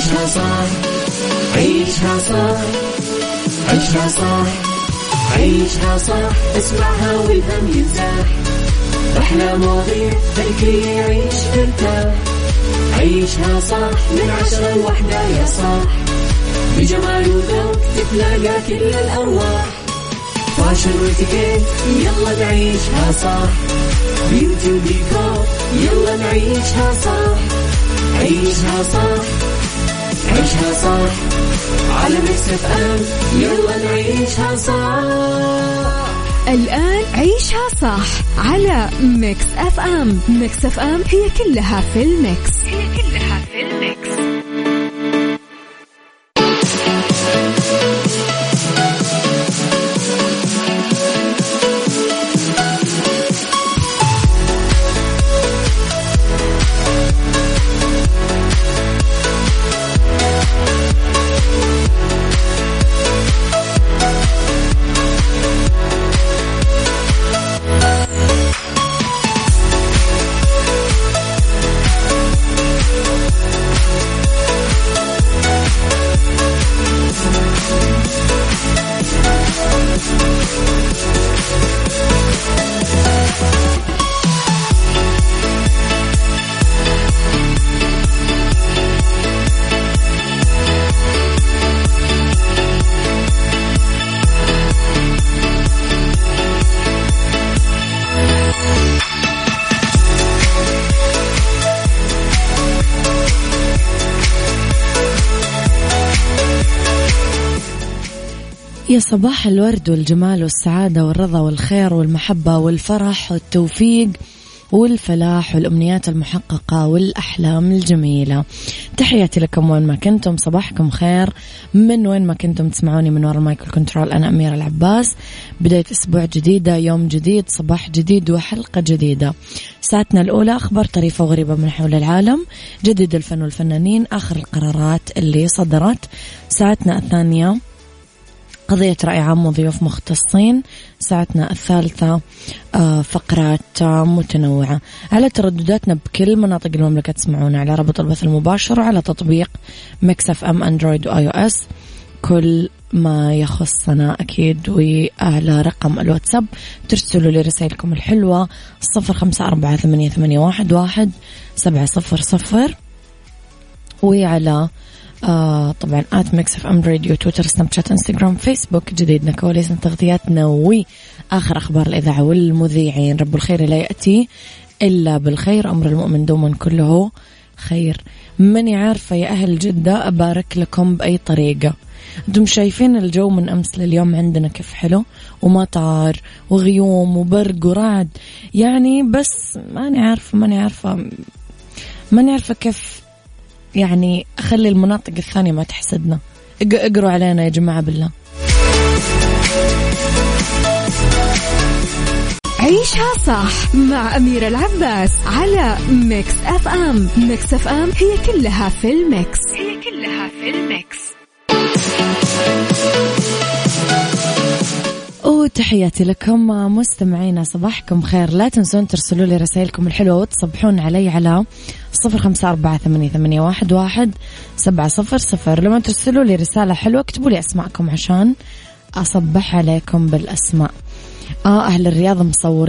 عيشها صح عيشها صح عيشها صح عيشها صح اسمعها والهم ينزاح أحلى مواضيع الكل يعيش ترتاح عيشها صح من 10 ل1 يا صاح بجمال وذوق تتلاقى كل الأرواح فاشل واتيكيت يلا نعيشها صح بيوتي وديكور يلا نعيشها صح عيشها صح عيشها صح على ميكس اف ام يلا نعيشها صح. الآن عيشها صح على ميكس اف ام. ميكس اف ام هي كلها في الميكس. يا صباح الورد والجمال والسعادة والرضا والخير والمحبة والفرح والتوفيق والفلاح والأمنيات المحققة والأحلام الجميلة. تحياتي لكم وين ما كنتم، صباحكم خير من وين ما كنتم تسمعوني من وراء المايك والكنترول. أنا أميرة العباس. بداية أسبوع جديدة، يوم جديد، صباح جديد وحلقة جديدة. ساعتنا الأولى أخبار طريفة وغريبة من حول العالم، جديد الفن والفنانين، آخر القرارات اللي صدرت. ساعتنا الثانية قضية رأي عام وضيوف مختصين. ساعتنا الثالثة فقرات متنوعة. على تردداتنا بكل مناطق المملكة تسمعونا على رابط البث المباشر وعلى تطبيق ميكس اف ام اندرويد واي او اس. كل ما يخصنا أكيد. وعلى رقم الواتساب ترسلوا لي رسائلكم الحلوة 0548811700. وعلى طبعا ميكس اف ام راديو، تويتر، سناب شات، انستغرام، فيسبوك. جديدنا، كواليسنا، تغطياتنا، وآخر أخبار الإذاعة والمذيعين. رب الخير لا يأتي إلا بالخير، أمر المؤمن دوما كله خير. ماني عارفة يا أهل جدة أبارك لكم بأي طريقة. أنتم شايفين الجو من أمس لليوم عندنا كيف حلو، ومطر وغيوم وبرق ورعد يعني، بس ماني عارفة كيف يعني أخلي المناطق الثانية ما تحسدنا. اقروا علينا يا جماعة بالله. عيشها صح مع أميرة العباس على ميكس اف ام. ميكس اف ام هي كلها في الميكس. وتحياتي لكم مستمعينا، صباحكم خير. لا تنسون ترسلوا لي رسائلكم الحلوة وتصبحون علي على 0548811700. لما ترسلوا لي رسالة حلوة اكتبوا لي أسماءكم عشان أصبح عليكم بالأسماء. أهل الرياض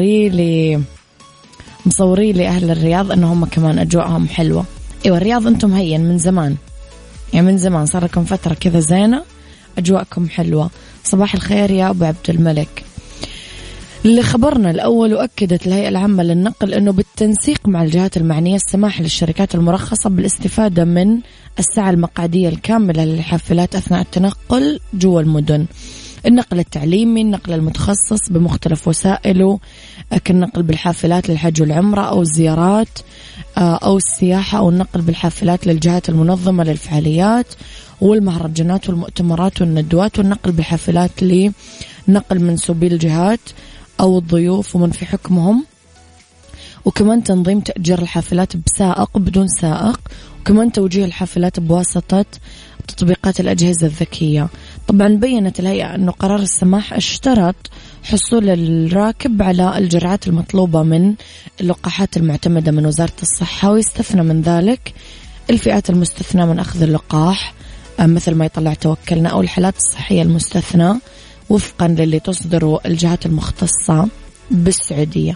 مصوري لي أهل الرياض أنهم كمان أجواءهم حلوة. إيوة الرياض أنتم هين من زمان، يعني من زمان صار لكم فترة كذا زينة، أجواءكم حلوة. صباح الخير يا أبو عبد الملك. اللي خبرنا الأول، وأكدت الهيئة العامة للنقل أنه بالتنسيق مع الجهات المعنية السماح للشركات المرخصة بالاستفادة من الساعة المقعدية الكاملة للحافلات أثناء التنقل جوا المدن. النقل التعليمي، النقل المتخصص بمختلف وسائله، كالنقل بالحافلات للحج والعمرة أو الزيارات أو السياحة، أو النقل بالحافلات للجهات المنظمة للفعاليات والمهرجانات والمؤتمرات والندوات، والنقل بالحافلات لنقل منسوبي الجهات أو الضيوف ومن في حكمهم، وكمان تنظيم تأجير الحافلات بسائق بدون سائق، وكمان توجيه الحافلات بواسطة تطبيقات الأجهزة الذكية. طبعا بيّنت الهيئة أنه قرار السماح اشترط حصول الراكب على الجرعات المطلوبة من اللقاحات المعتمدة من وزارة الصحة، ويستثنى من ذلك الفئات المستثنى من أخذ اللقاح مثل ما يطلع توكلنا، أو الحالات الصحية المستثنى وفقا للي تصدر الجهات المختصة بالسعودية.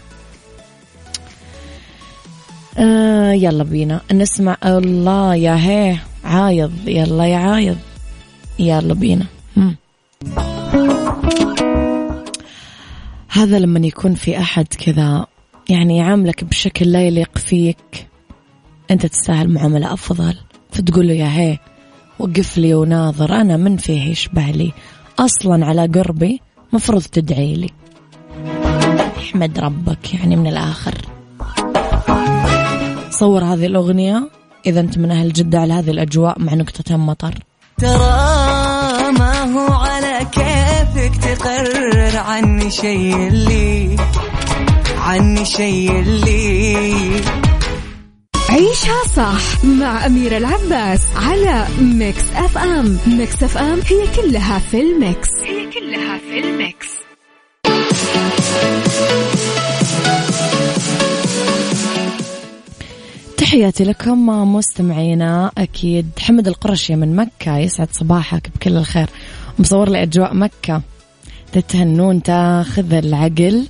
يلا بينا نسمع. الله يا هي عايض، يلا يا عايض، يلا بينا. هذا لما يكون في أحد كذا يعني يعاملك بشكل لا يليق فيك، أنت تستاهل معاملة أفضل، فتقول له يا هي وقف لي وناظر، أنا من فيه يشبع لي أصلا، على قربي مفروض تدعي لي، احمد ربك يعني من الآخر. صور هذه الأغنية إذا أنت من أهل جدة على هذه الأجواء مع نقطة مطر. ترى ما هو على كيفك تقرر عني شيء اللي عيشها صح مع أميرة العباس على ميكس أف أم. ميكس أف أم هي كلها في الميكس. تحياتي لكم مستمعينا. أكيد حمد القرشي من مكة، يسعد صباحك بكل الخير، مصور لي أجواء مكة. تتهنون تاخذ العقل.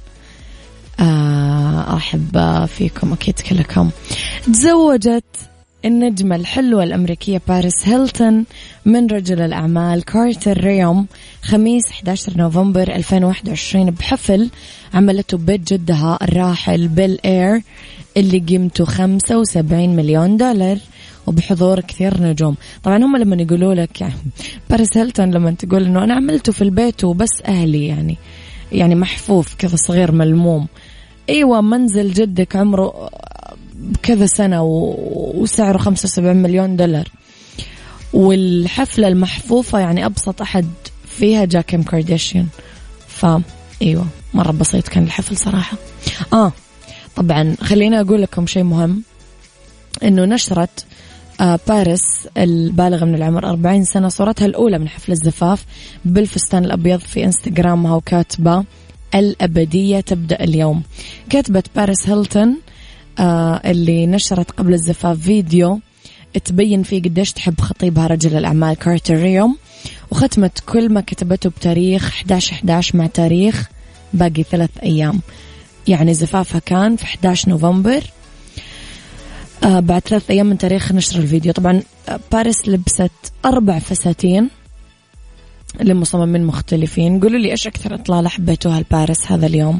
أحب فيكم أكيد كلكم. تزوجت النجمة الحلوة الأمريكية باريس هيلتون من رجل الأعمال كارتر ريوم خميس 11 نوفمبر 2021 بحفل عملته ببيت جدها الراحل بيل إير اللي قيمته $75 مليون وبحضور كثير نجوم. طبعا هم لما يقولوا لك يعني باريس هيلتون لما تقول إنه أنا عملته في البيت وبس أهلي يعني محفوف كذا صغير ملموم، أيوة منزل جدك عمره كذا سنة وسعره $75 مليون، والحفلة المحفوفة يعني أبسط أحد فيها جا كيم كارداشيان. أيوة مرة بسيط كان الحفل صراحة. طبعا خلينا أقول لكم شيء مهم، إنه نشرت باريس البالغة من العمر 40 سنة صورتها الأولى من حفل الزفاف بالفستان الأبيض في إنستغرامها وكاتبة الأبدية تبدأ اليوم. كتبت باريس هيلتون اللي نشرت قبل الزفاف فيديو تبين فيه قديش تحب خطيبها رجل الأعمال كارتر ريوم، وختمت كل ما كتبته بتاريخ 11/11 مع تاريخ باقي 3 أيام. يعني زفافها كان في 11 نوفمبر بعد 3 أيام من تاريخ نشر الفيديو. طبعا باريس لبست 4 فساتين لمصممين مختلفين. قولوا لي إيش أكثر إطلالة حبيتوها لباريس هذا اليوم؟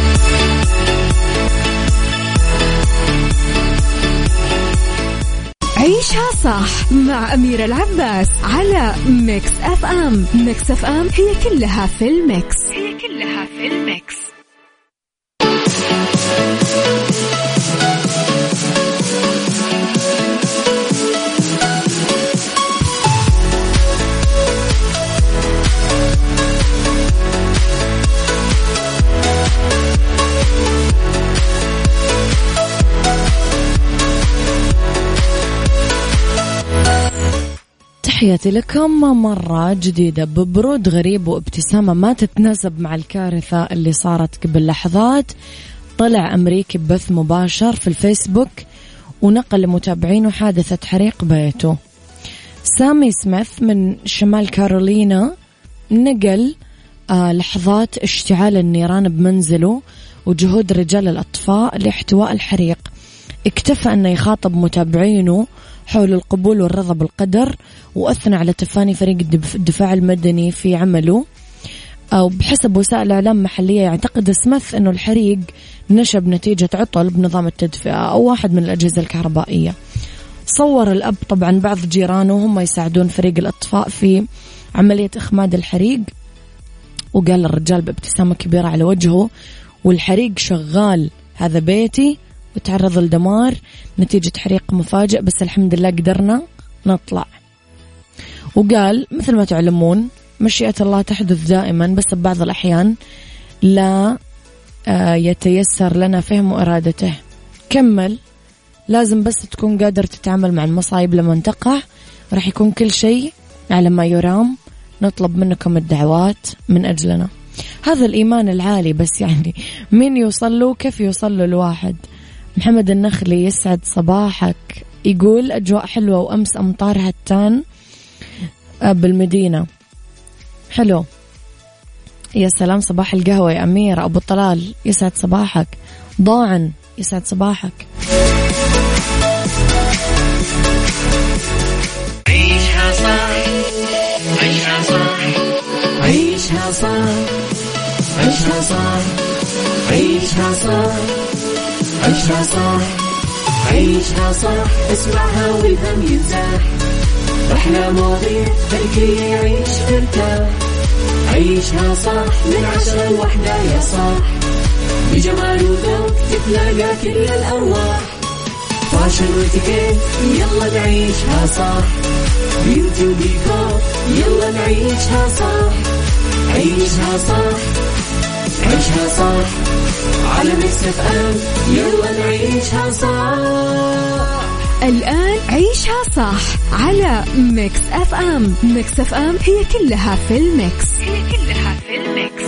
عيشها صح مع أميرة العباس على ميكس أف أم. ميكس أف أم هي كلها في الميكس. تحياتي لكم مرة جديدة ببرود غريب وابتسامة ما تتناسب مع الكارثة اللي صارت قبل لحظات. طلع أمريكي ببث مباشر في الفيسبوك ونقل لمتابعينه حادثة حريق بيته. سامي سميث من شمال كارولينا نقل لحظات اشتعال النيران بمنزله وجهود رجال الأطفاء لاحتواء الحريق. اكتفى أنه يخاطب متابعينه حول القبول والرضا بالقدر، وأثنى على تفاني فريق الدفاع المدني في عمله. أو بحسب وسائل إعلام محلية يعتقد سميث أنه الحريق نشب نتيجة عطل بنظام التدفئة أو واحد من الأجهزة الكهربائية. صور الأب طبعا بعض جيرانه هم يساعدون فريق الأطفاء في عملية إخماد الحريق، وقال الرجال بابتسامة كبيرة على وجهه والحريق شغال، هذا بيتي وتعرض لدمار نتيجة حريق مفاجئ، بس الحمد لله قدرنا نطلع. وقال مثل ما تعلمون مشيئة الله تحدث دائما، بس ببعض الأحيان لا يتيسر لنا فهم إرادته. كمل لازم بس تكون قادر تتعامل مع المصايب لما تقع، راح يكون كل شيء على ما يرام. نطلب منكم الدعوات من أجلنا. هذا الإيمان العالي، بس يعني مين يوصل له؟ كيف يوصل له الواحد؟ محمد النخلي يسعد صباحك يقول أجواء حلوة وأمس أمطار هتان بالمدينة. حلو، يا سلام. صباح القهوة يا أمير. أبو طلال يسعد صباحك. ضاعن يسعد صباحك. عيشها صح، عيشها صح، عيشها صح، عيشها صح، عيشها صح، عيشها صح، عيشها صح. اسمعها والهم ينزاح، أحلى مواضيع الكل يعيش مرتاح. عيشها صح من 10 ل1 يا صاح، بجمال وذوق تتلاقى كل الأرواح. فاشل واتيكيت يلا نعيشها صح، بيوتي وديكور يلا نعيشها صح. عيشها صح، عيشها صح، على ميكس اف ام يلا نعيشها صح. الآن عيشها صح على ميكس اف ام. ميكس اف ام هي كلها في الميكس، هي كلها في الميكس.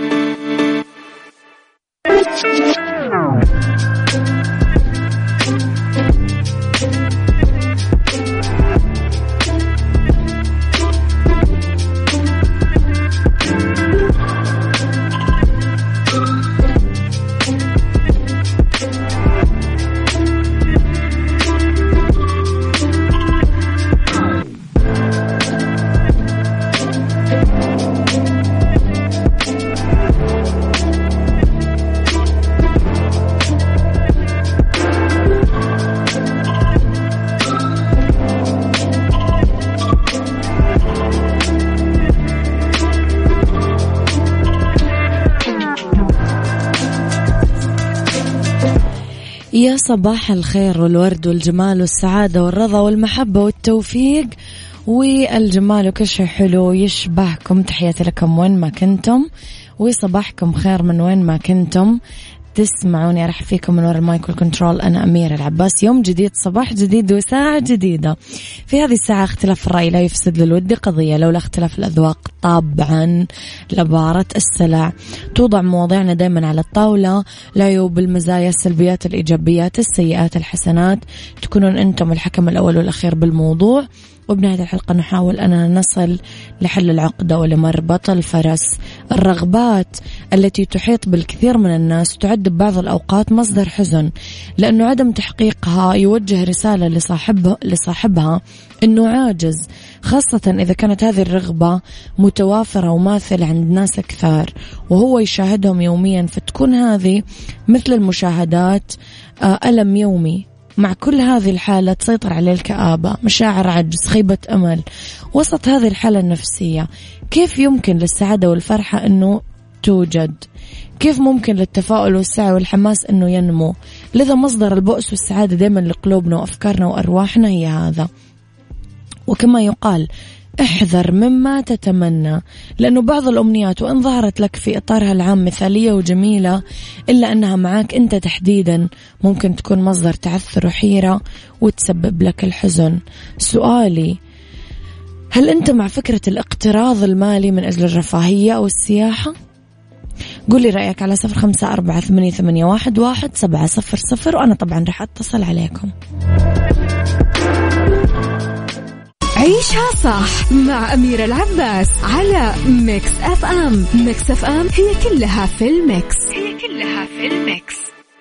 يا صباح الخير والورد والجمال والسعادة والرضا والمحبة والتوفيق والجمال وكل شيء حلو يشبهكم. تحياتي لكم وين ما كنتم، وصباحكم خير من وين ما كنتم تسمعوني. أرحب فيكم من وراء المايك والكنترول. أنا أميرة العباس. يوم جديد، صباح جديد، وساعة جديدة. في هذه الساعة اختلاف الرأي لا يفسد للود قضية، لولا اختلاف الأذواق طبعا لبارة السلع. توضع مواضيعنا دائما على الطاولة، العيوب، المزايا، السلبيات، الإيجابيات، السيئات، الحسنات. تكونون أنتم الحكم الأول والأخير بالموضوع، وبنهاية الحلقة نحاول أن نصل لحل العقدة ولمربط الفرس. الرغبات التي تحيط بالكثير من الناس تعد ببعض الأوقات مصدر حزن، لأنه عدم تحقيقها يوجه رسالة لصاحبها أنه عاجز، خاصة إذا كانت هذه الرغبة متوافرة وماثلة عند ناس كثار وهو يشاهدهم يوميا، فتكون هذه مثل المشاهدات ألم يومي. مع كل هذه الحالة تسيطر عليه الكآبة، مشاعر عجز، خيبة أمل. وسط هذه الحالة النفسية كيف يمكن للسعادة والفرحة أنه توجد؟ كيف ممكن للتفاؤل والسعي والحماس أنه ينمو؟ لذا مصدر البؤس والسعادة دائما لقلوبنا وأفكارنا وأرواحنا هي هذا. وكما يقال احذر مما تتمنى، لأنه بعض الأمنيات وإن ظهرت لك في إطارها العام مثالية وجميلة، إلا أنها معك أنت تحديدا ممكن تكون مصدر تعثر وحيرة وتسبب لك الحزن. سؤالي، هل أنت مع فكرة الاقتراض المالي من أجل الرفاهية أو السياحة؟ قولي رأيك على 0548811700، وأنا طبعا رح أتصل عليكم. عيشها صح مع أميرة العباس على ميكس اف ام. ميكس اف ام هي كلها في الميكس، هي كلها في الميكس.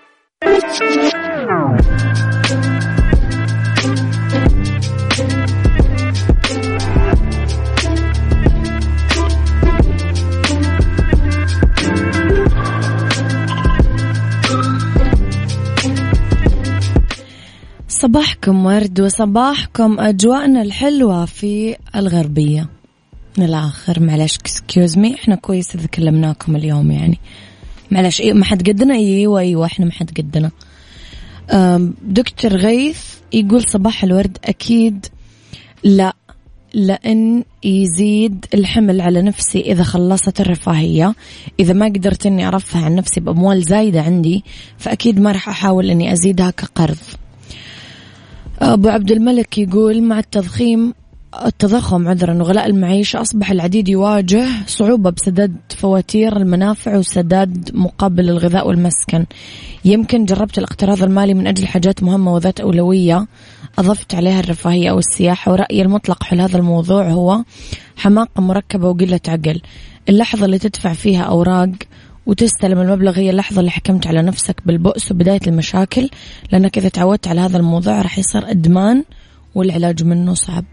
صباحكم ورد وصباحكم أجواءنا الحلوة في الغربية. من الآخر معلش excuse me، إحنا كويس إذا كلمناكم اليوم يعني، معلش إيه ما حد قدنا. أيوة إحنا ما حد قدنا. دكتور غيث يقول صباح الورد. أكيد لا، لأن يزيد الحمل على نفسي إذا خلصت الرفاهية. إذا ما قدرت إني أرفه عن نفسي بأموال زايدة عندي، فأكيد ما رح أحاول إني أزيدها كقرض. أبو عبد الملك يقول مع التضخيم التضخم عذرا وغلاء المعيشة أصبح العديد يواجه صعوبة بسداد فواتير المنافع وسداد مقابل الغذاء والمسكن. يمكن جربت الاقتراض المالي من أجل حاجات مهمة وذات أولوية، أضفت عليها الرفاهية أو السياحة، ورأيي المطلق حول هذا الموضوع هو حماقة مركبة وقلة عقل. اللحظة اللي تدفع فيها أوراق وتستلم المبلغ هي اللحظة اللي حكمت على نفسك بالبؤس وبداية المشاكل، لأنك إذا تعودت على هذا الموضوع رح يصير إدمان والعلاج منه صعب.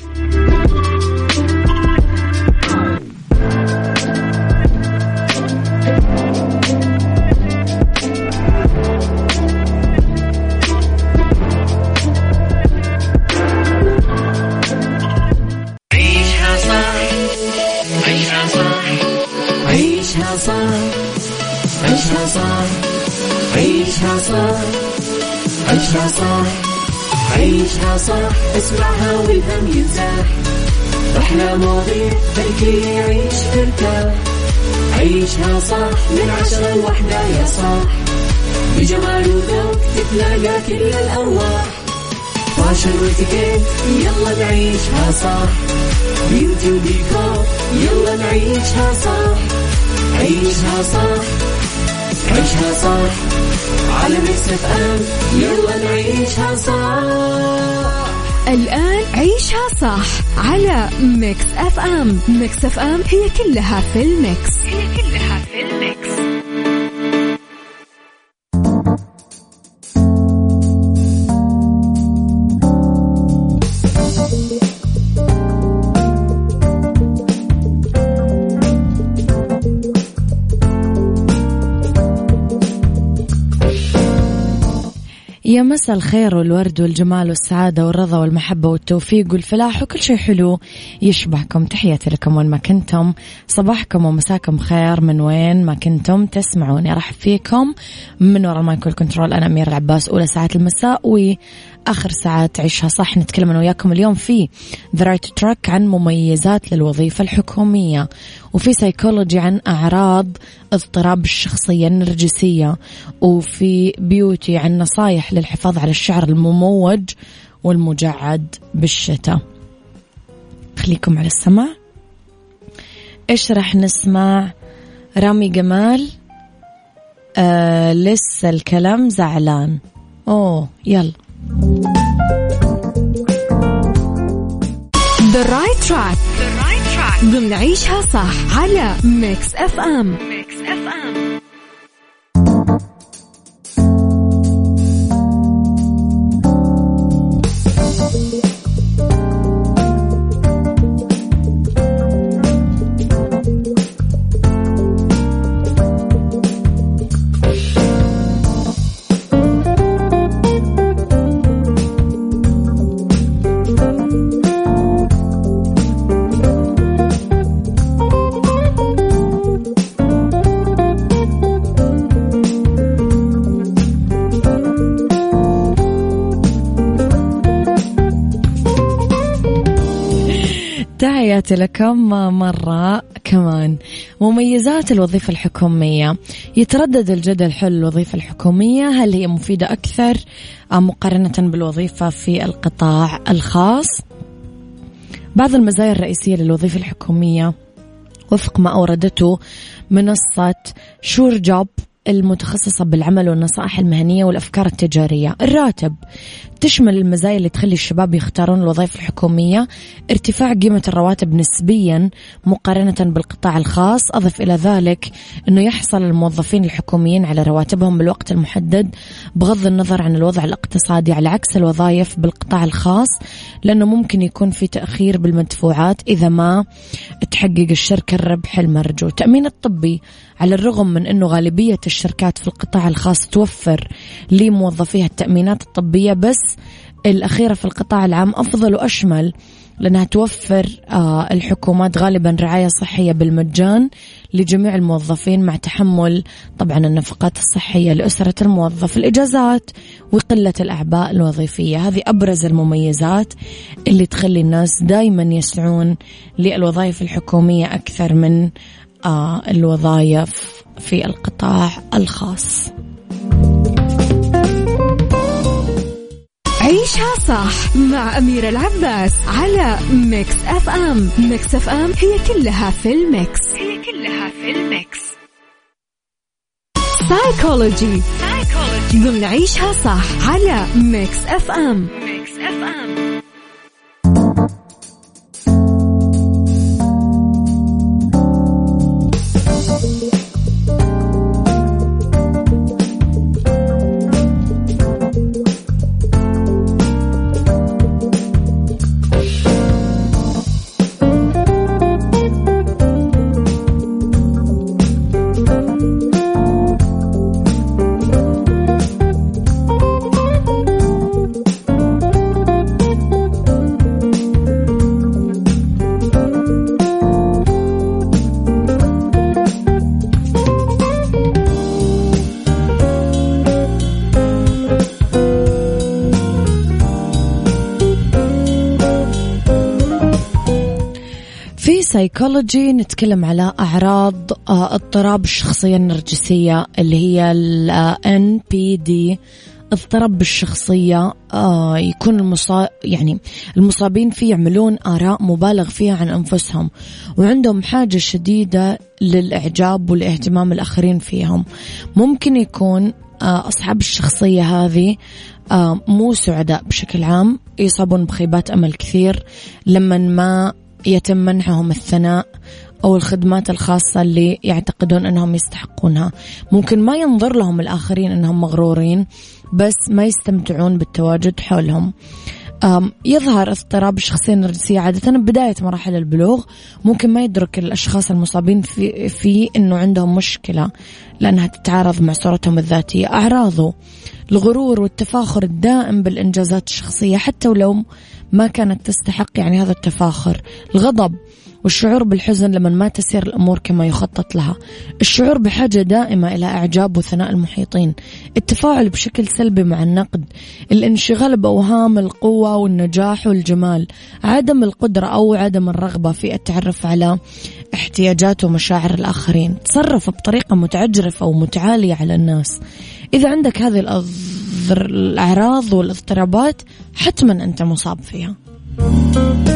عيشها صح عيشها صح عيشها صح عيشها صح عيشها صح عيشها صح عيشها صح اسمعها والهم ينزاح، أحلى مواضيع خلي يعيش ترتاح. عيشها صح من 10 ل1 يا صاح، بجمال وذوق تتلاقى كل الأرواح. فاشل واتيكيت يلا نعيشها صح، بيوتي وديكور يلا نعيشها صح. عيشها صح عيشها صح على ميكس اف ام يلا نعيشها صح. الآن عيشها صح على ميكس اف ام. ميكس اف ام هي كلها في الميكس، هي كلها في الميكس. يا مساء الخير والورد والجمال والسعادة والرضا والمحبة والتوفيق والفلاح وكل شيء حلو يشبهكم. تحياتي لكم وين ما كنتم، صباحكم ومساكم خير من وين ما كنتم تسمعوني. أرحب فيكم من وراء المايك والكنترول، أنا أميرة العباس. أولى ساعات المساء وآخر ساعات عيشها صح. نتكلم أنا وياكم اليوم في The Right Track عن مميزات للوظيفة الحكومية، وفي سايكولوجي عن أعراض اضطراب الشخصية النرجسية، وفي بيوتي عن نصايح للحفاظ على الشعر المموج والمجعد بالشتاء. خليكم على السمع. إيش رح نسمع؟ رامي جمال لسه الكلام زعلان. يلا. The Right Track ضمن عيشها صح على ميكس اف ام. تحياتي لكم مرة كمان. مميزات الوظيفة الحكومية. يتردد الجدل حول الوظيفة الحكومية، هل هي مفيدة أكثر مقارنة بالوظيفة في القطاع الخاص؟ بعض المزايا الرئيسية للوظيفة الحكومية وفق ما أوردته منصة شور جوب المتخصصة بالعمل والنصائح المهنية والأفكار التجارية. الراتب تشمل المزايا اللي تخلي الشباب يختارون الوظائف الحكومية: ارتفاع قيمة الرواتب نسبيا مقارنة بالقطاع الخاص. أضف إلى ذلك أنه يحصل الموظفين الحكوميين على رواتبهم بالوقت المحدد بغض النظر عن الوضع الاقتصادي، على عكس الوظائف بالقطاع الخاص لأنه ممكن يكون في تأخير بالمدفوعات إذا ما تحقق الشركة الربح المرجو. التأمين الطبي، على الرغم من أنه غالبية الشركات في القطاع الخاص توفر لموظفيها التأمينات الطبية، بس الأخيرة في القطاع العام أفضل وأشمل، لأنها توفر الحكومات غالبا رعاية صحية بالمجان لجميع الموظفين مع تحمل طبعا النفقات الصحية لأسرة الموظف، الإجازات وقلة الأعباء الوظيفية. هذه أبرز المميزات اللي تخلي الناس دايما يسعون للوظائف الحكومية أكثر من الوظائف في القطاع الخاص. عيش عيشها صح مع أميرة العباس على ميكس أف أم. ميكس أف أم هي كلها في الميكس. سايكولوجي ضمن عيشها صح على ميكس أف أم. سايكولوجي نتكلم على أعراض اضطراب الشخصية النرجسية اللي هي ال NPD. اضطراب بالشخصية يكون المصابين فيه يعملون آراء مبالغ فيها عن أنفسهم، وعندهم حاجة شديدة للإعجاب والاهتمام الآخرين فيهم. ممكن يكون أصحاب الشخصية هذه مو سعداء بشكل عام، يصابون بخيبات أمل كثير لما ما يتم منحهم الثناء أو الخدمات الخاصة اللي يعتقدون أنهم يستحقونها. ممكن ما ينظر لهم الآخرين أنهم مغرورين، بس ما يستمتعون بالتواجد حولهم. يظهر اضطراب الشخصية النرجسية عادة بداية مراحل البلوغ. ممكن ما يدرك الأشخاص المصابين في أنه عندهم مشكلة لأنها تتعارض مع صورتهم الذاتية. أعراضه الغرور والتفاخر الدائم بالإنجازات الشخصية حتى ولو ما كانت تستحق هذا التفاخر. الغضب والشعور بالحزن لما ما تسير الأمور كما يخطط لها. الشعور بحاجة دائمة إلى إعجاب وثناء المحيطين. التفاعل بشكل سلبي مع النقد. الانشغال بأوهام القوة والنجاح والجمال. عدم القدرة أو عدم الرغبة في التعرف على احتياجات ومشاعر الآخرين. تصرف بطريقة متعجرفة ومتعالية على الناس. إذا عندك هذه الأعراض والاضطرابات حتما أنت مصاب فيها.